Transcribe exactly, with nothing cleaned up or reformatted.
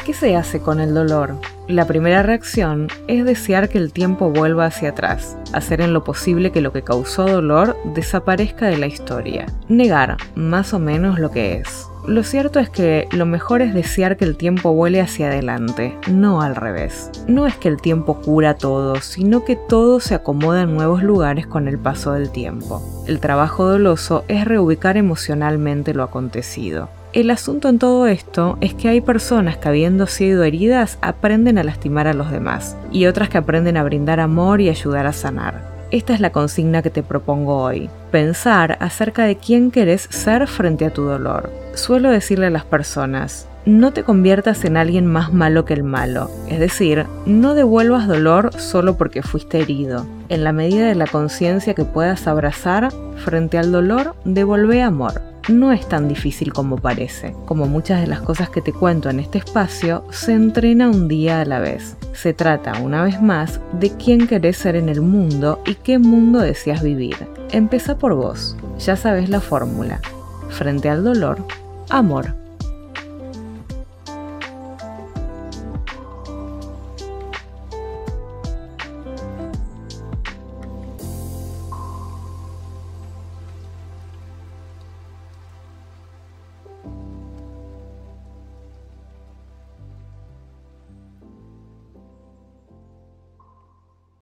¿Qué se hace con el dolor? La primera reacción es desear que el tiempo vuelva hacia atrás, hacer en lo posible que lo que causó dolor desaparezca de la historia, negar más o menos lo que es. Lo cierto es que lo mejor es desear que el tiempo vuele hacia adelante, no al revés. No es que el tiempo cura todo, sino que todo se acomoda en nuevos lugares con el paso del tiempo. El trabajo doloso es reubicar emocionalmente lo acontecido. El asunto en todo esto es que hay personas que, habiendo sido heridas, aprenden a lastimar a los demás, y otras que aprenden a brindar amor y ayudar a sanar. Esta es la consigna que te propongo hoy. Pensar acerca de quién querés ser frente a tu dolor. Suelo decirle a las personas, no te conviertas en alguien más malo que el malo. Es decir, no devuelvas dolor solo porque fuiste herido. En la medida de la conciencia que puedas abrazar, frente al dolor, devolvé amor. No es tan difícil como parece. Como muchas de las cosas que te cuento en este espacio, se entrena un día a la vez. Se trata, una vez más, de quién querés ser en el mundo y qué mundo deseas vivir. Empezá por vos. Ya sabés la fórmula. Frente al dolor, amor.